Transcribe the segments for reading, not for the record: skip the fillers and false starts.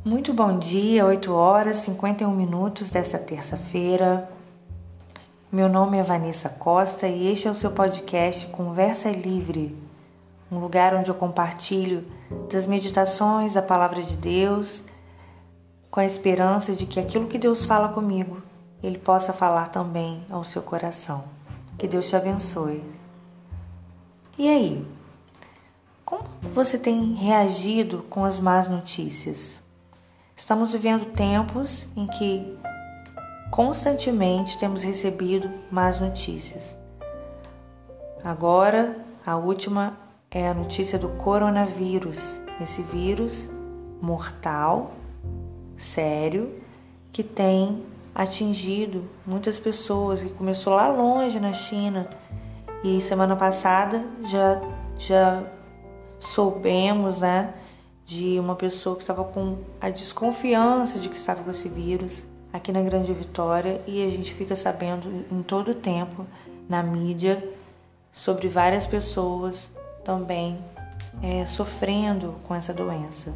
Muito bom dia, 8h51 dessa terça-feira. Meu nome é Vanessa Costa e este é o seu podcast Conversa Livre, um lugar onde eu compartilho das meditações da Palavra de Deus, com a esperança de que aquilo que Deus fala comigo, Ele possa falar também ao seu coração. Que Deus te abençoe. E aí? Como você tem reagido com as más notícias? Estamos vivendo tempos em que constantemente temos recebido más notícias. Agora, a última é a notícia do coronavírus, esse vírus mortal, sério, que tem atingido muitas pessoas, que começou lá longe na China e semana passada já soubemos, de uma pessoa que estava com a desconfiança de que estava com esse vírus aqui na Grande Vitória, e a gente fica sabendo em todo o tempo na mídia sobre várias pessoas também sofrendo com essa doença.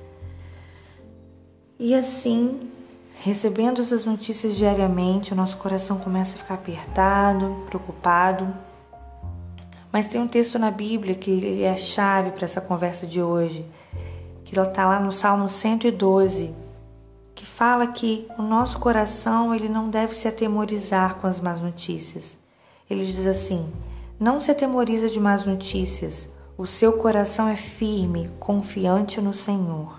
E assim, recebendo essas notícias diariamente, o nosso coração começa a ficar apertado, preocupado. Mas tem um texto na Bíblia que ele é a chave para essa conversa de hoje, que ela está lá no Salmo 112, que fala que o nosso coração ele não deve se atemorizar com as más notícias. Ele diz assim: não se atemoriza de más notícias, o seu coração é firme, confiante no Senhor.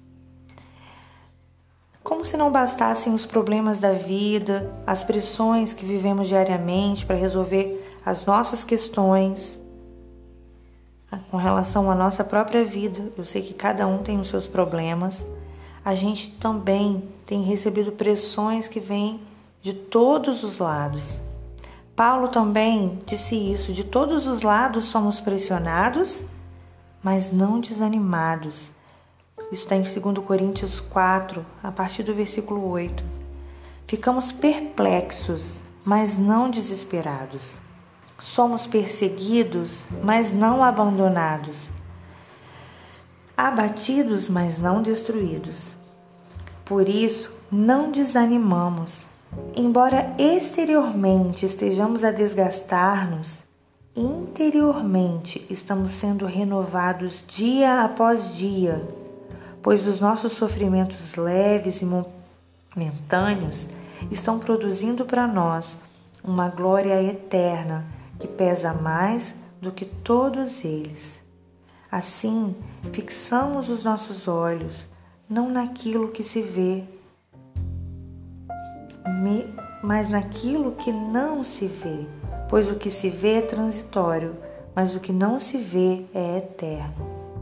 Como se não bastassem os problemas da vida, as pressões que vivemos diariamente para resolver as nossas questões com relação à nossa própria vida, eu sei que cada um tem os seus problemas, a gente também tem recebido pressões que vêm de todos os lados. Paulo também disse isso: de todos os lados somos pressionados, mas não desanimados. Isso está em 2 Coríntios 4, a partir do versículo 8. Ficamos perplexos, mas não desesperados. Somos perseguidos, mas não abandonados. Abatidos, mas não destruídos. Por isso, não desanimamos. Embora exteriormente estejamos a desgastar-nos, interiormente estamos sendo renovados dia após dia, pois os nossos sofrimentos leves e momentâneos estão produzindo para nós uma glória eterna que pesa mais do que todos eles. Assim, fixamos os nossos olhos não naquilo que se vê, mas naquilo que não se vê, pois o que se vê é transitório, mas o que não se vê é eterno.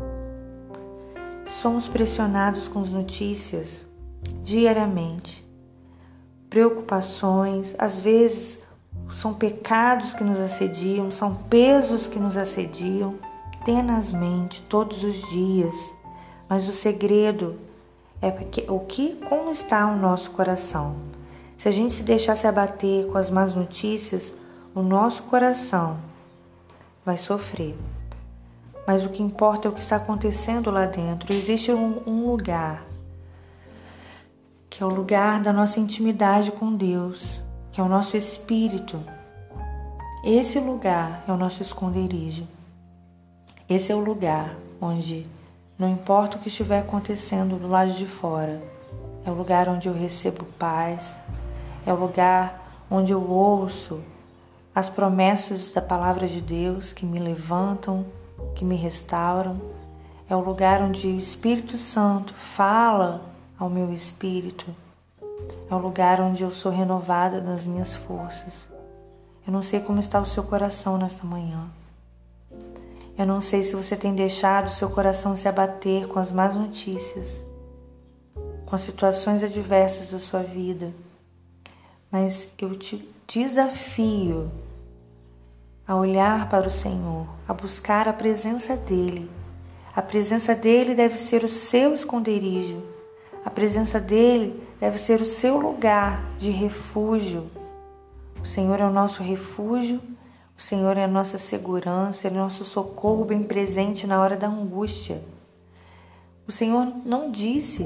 Somos pressionados com as notícias diariamente, preocupações, às vezes são pecados que nos assediam, são pesos que nos assediam tenazmente todos os dias. Mas o segredo é como está o nosso coração. Se a gente se deixasse abater com as más notícias, o nosso coração vai sofrer. Mas o que importa é o que está acontecendo lá dentro. Existe um lugar, que é o lugar da nossa intimidade com Deus, que é o nosso espírito. Esse lugar é o nosso esconderijo. Esse é o lugar onde, não importa o que estiver acontecendo do lado de fora, é o lugar onde eu recebo paz, é o lugar onde eu ouço as promessas da palavra de Deus que me levantam, que me restauram. É o lugar onde o Espírito Santo fala ao meu espírito. É o lugar onde eu sou renovada nas minhas forças. Eu não sei como está o seu coração nesta manhã. Eu não sei se você tem deixado o seu coração se abater com as más notícias, com as situações adversas da sua vida. Mas eu te desafio a olhar para o Senhor, a buscar a presença dEle. A presença dEle deve ser o seu esconderijo. A presença dEle deve ser o seu lugar de refúgio. O Senhor é o nosso refúgio, o Senhor é a nossa segurança, Ele é o nosso socorro bem presente na hora da angústia. O Senhor não disse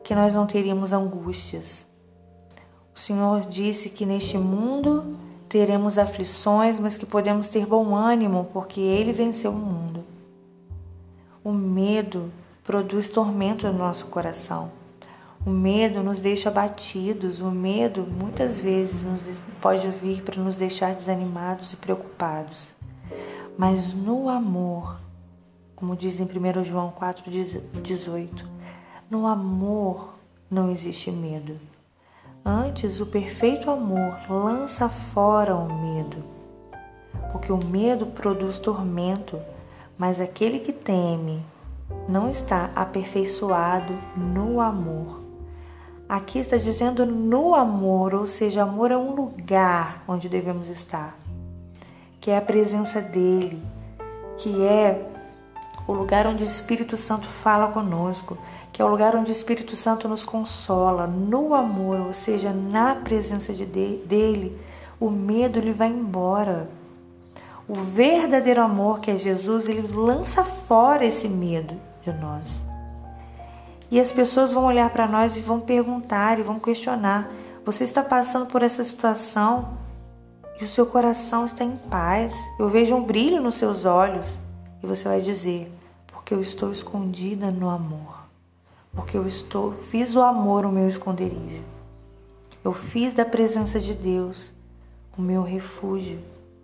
que nós não teríamos angústias. O Senhor disse que neste mundo teremos aflições, mas que podemos ter bom ânimo, porque Ele venceu o mundo. O medo produz tormento no nosso coração. O medo nos deixa abatidos. O medo muitas vezes pode vir para nos deixar desanimados e preocupados. Mas no amor, como diz em 1 João 4,18, no amor não existe medo. Antes, o perfeito amor lança fora o medo, porque o medo produz tormento, mas aquele que teme não está aperfeiçoado no amor. Aqui está dizendo no amor, ou seja, amor é um lugar onde devemos estar, que é a presença dele, que é o lugar onde o Espírito Santo fala conosco, que é o lugar onde o Espírito Santo nos consola, no amor, ou seja, na presença dele, o medo ele vai embora. O verdadeiro amor, que é Jesus, ele lança fora esse medo de nós. E as pessoas vão olhar para nós e vão perguntar e vão questionar: você está passando por essa situação e o seu coração está em paz? Eu vejo um brilho nos seus olhos. E você vai dizer: porque eu estou escondida no amor. Porque fiz o amor o meu esconderijo. Eu fiz da presença de Deus o meu refúgio.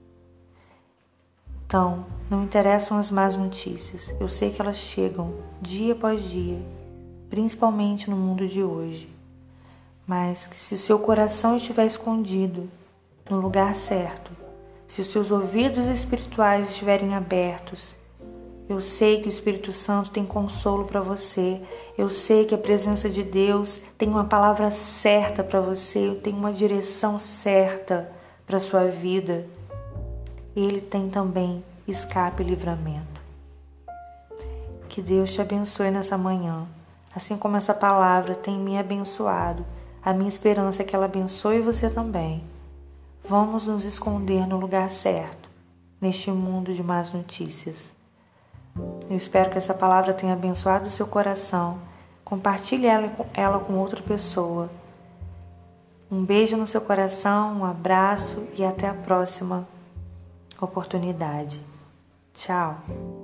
Então, não interessam as más notícias. Eu sei que elas chegam dia após dia, principalmente no mundo de hoje. Mas que se o seu coração estiver escondido no lugar certo, se os seus ouvidos espirituais estiverem abertos, eu sei que o Espírito Santo tem consolo para você. Eu sei que a presença de Deus tem uma palavra certa para você, tem uma direção certa para a sua vida. Ele tem também escape e livramento. Que Deus te abençoe nessa manhã. Assim como essa palavra tem me abençoado, a minha esperança é que ela abençoe você também. Vamos nos esconder no lugar certo, neste mundo de más notícias. Eu espero que essa palavra tenha abençoado o seu coração. Compartilhe ela com outra pessoa. Um beijo no seu coração, um abraço e até a próxima oportunidade. Tchau!